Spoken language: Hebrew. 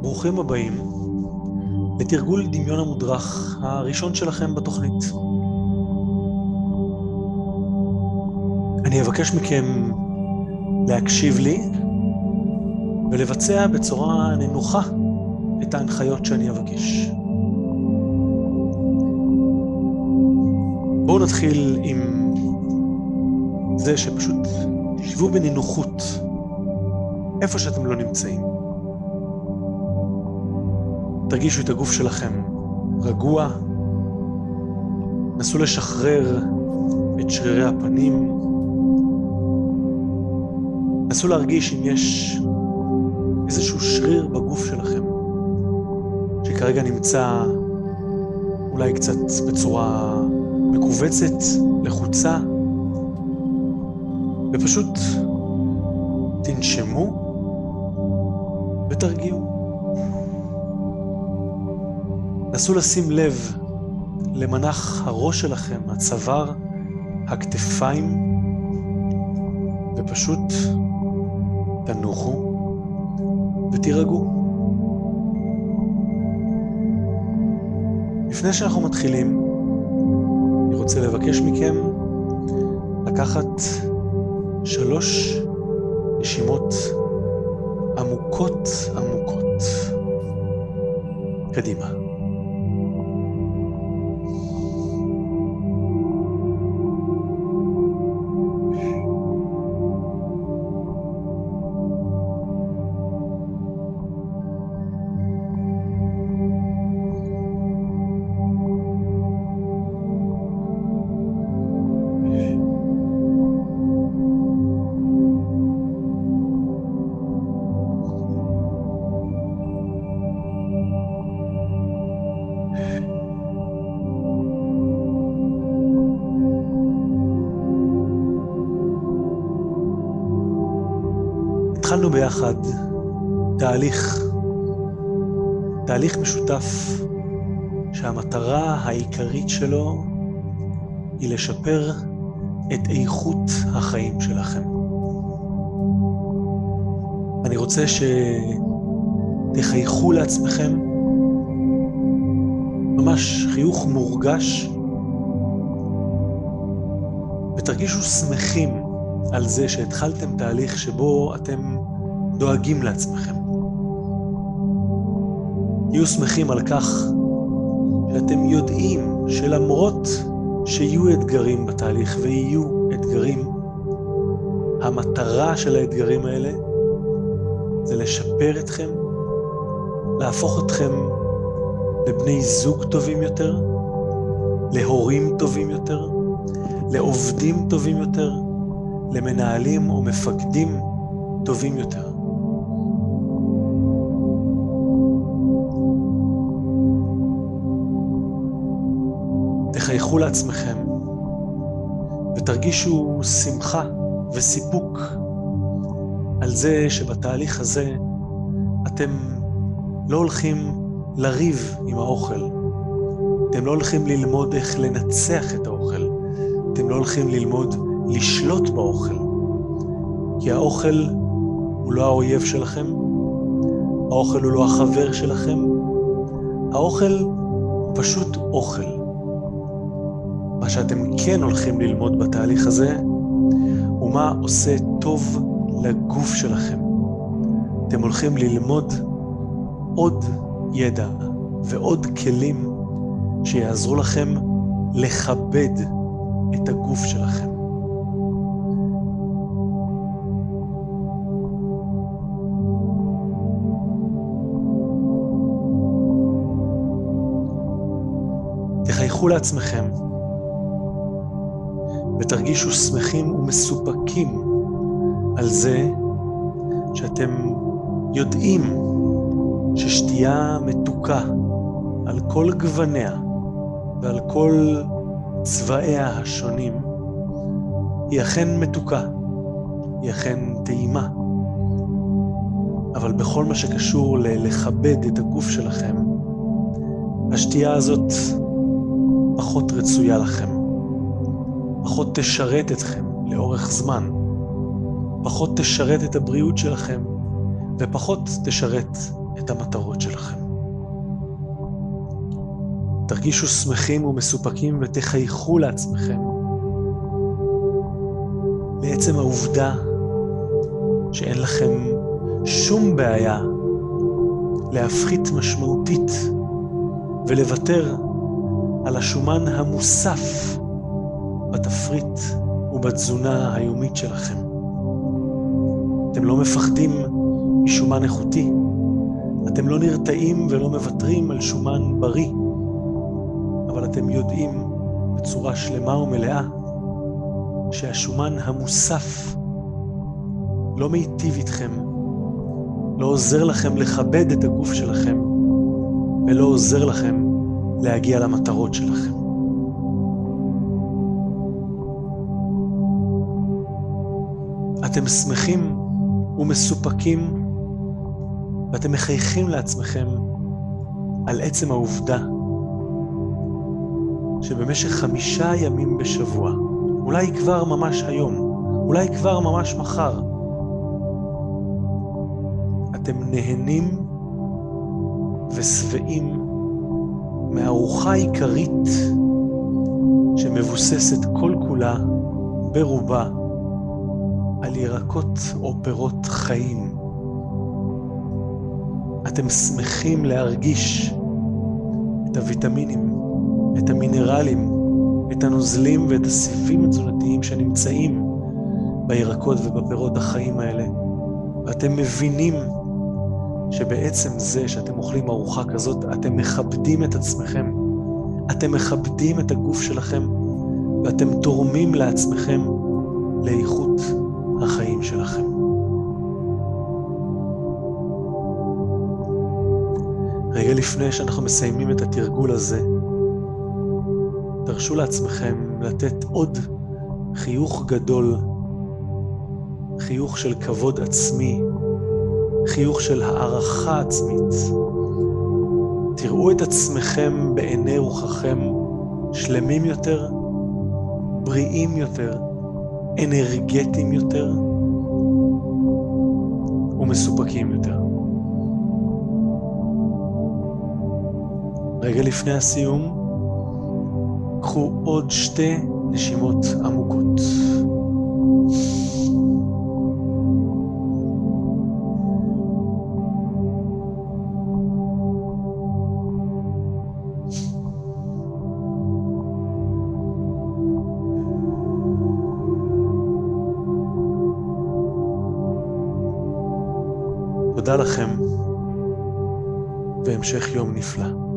ברוכים הבאים לתרגול דמיון המודרך הראשון שלכם בתוכנית. אני אבקש מכם להקשיב לי ולבצע בצורה נינוחה את ההנחיות שאני אבקש. בואו נתחיל עם זה שפשוט תשבו בנינוחות איפה שאתם לא נמצאים. תרגישו את הגוף שלכם רגוע, נסו לשחרר את שרירי הפנים, נסו להרגיש אם יש איזשהו שריר בגוף שלכם שכרגע נמצא אולי קצת בצורה מכווצת, לחוצה, ופשוט תנשמו ותרגיעו. נסו לשים לב למנח הראש שלכם, הצוואר, הכתפיים, ופשוט תנוחו ותירגעו. לפני שאנחנו מתחילים, אני רוצה לבקש מכם לקחת 3 נשימות עמוקות. קדימה. התחלנו ביחד תהליך משותף שהמטרה העיקרית שלו היא לשפר את איכות החיים שלכם. אני רוצה שתחייכו לעצמכם, ממש חיוך מורגש, ותרגישו שמחים על זה שהתחלתם תהליך שבו אתם דואגים לעצמכם. תהיו שמחים על כך שאתם יודעים שלמרות שיהיו אתגרים בתהליך ויהיו אתגרים, המטרה של האתגרים האלה זה לשפר אתכם, להפוך אתכם לבני זוג טובים יותר, להורים טובים יותר, לעובדים טובים יותר, למנהלים או מפקדים טובים יותר. תחייכו לעצמכם ותרגישו שמחה וסיפוק על זה שבתהליך הזה אתם לא הולכים לריב עם האוכל, אתם לא הולכים ללמוד איך לנצח את האוכל, אתם לא הולכים ללמוד לשלוט באוכל, כי האוכל הוא לא האויב שלכם, האוכל הוא לא החבר שלכם, האוכל הוא פשוט אוכל. מה שאתם כן הולכים ללמוד בתהליך הזה, הוא מה עושה טוב לגוף שלכם. אתם הולכים ללמוד עוד ידע ועוד כלים שיעזרו לכם לכבד את הגוף שלכם. תחייכו לעצמכם ותרגישו שמחים ומסופקים על זה שאתם יודעים ששתייה מתוקה על כל גווניה ועל כל צבעיה השונים היא אכן מתוקה, היא אכן טעימה, אבל בכל מה שקשור לכבד את הגוף שלכם, השתייה הזאת פחות רצויה לכם, פחות תשרת אתכם לאורך זמן, פחות תשרת את הבריאות שלכם, ופחות תשרת את את המטרות שלכם. תרגישו שמחים ומסופקים ותחייכו לעצמכם בעצם העובדה שאין לכם שום בעיה להפחית משמעותית ולוותר על השומן המוסף בתפריט ובתזונה היומית שלכם. אתם לא מפחדים משומן איכותי. אתם לא נרתעים ולא מוותרים על שומן בריא, אבל אתם יודעים בצורה שלמה ומלאה שהשומן המוסף לא מיטיב איתכם, לא עוזר לכם לכבד את הגוף שלכם, ולא עוזר לכם להגיע למטרות שלכם. אתם שמחים ומסופקים, ואתם מחייכים לעצמכם על עצם העובדה שבמשך 5 ימים בשבוע, אולי כבר ממש היום, אולי כבר ממש מחר, אתם נהנים ושבעים מארוחה עיקרית שמבוססת כל כולה ברובה על ירקות או פירות חיים. אתם שמחים להרגיש את הוויטמינים, את המינרלים, את הנוזלים ואת הסיבים התזונתיים שנמצאים בירקות ובפירות החיים האלה. ואתם מבינים שבעצם זה שאתם אוכלים ארוחה כזאת, אתם מכבדים את עצמכם, אתם מכבדים את הגוף שלכם, ואתם תורמים לעצמכם לאיכות החיים שלכם. רגע לפני שאנחנו מסיימים את התרגול הזה, תרשו לעצמכם לתת עוד חיוך גדול, חיוך של כבוד עצמי, חיוך של הערכה עצמית. תראו את עצמכם בעיני רוחכם שלמים יותר, בריאים יותר, אנרגטיים יותר ומסופקים יותר. רגע לפני הסיום, קחו עוד 2 נשימות עמוקות. תודה לכם, והמשך יום נפלא.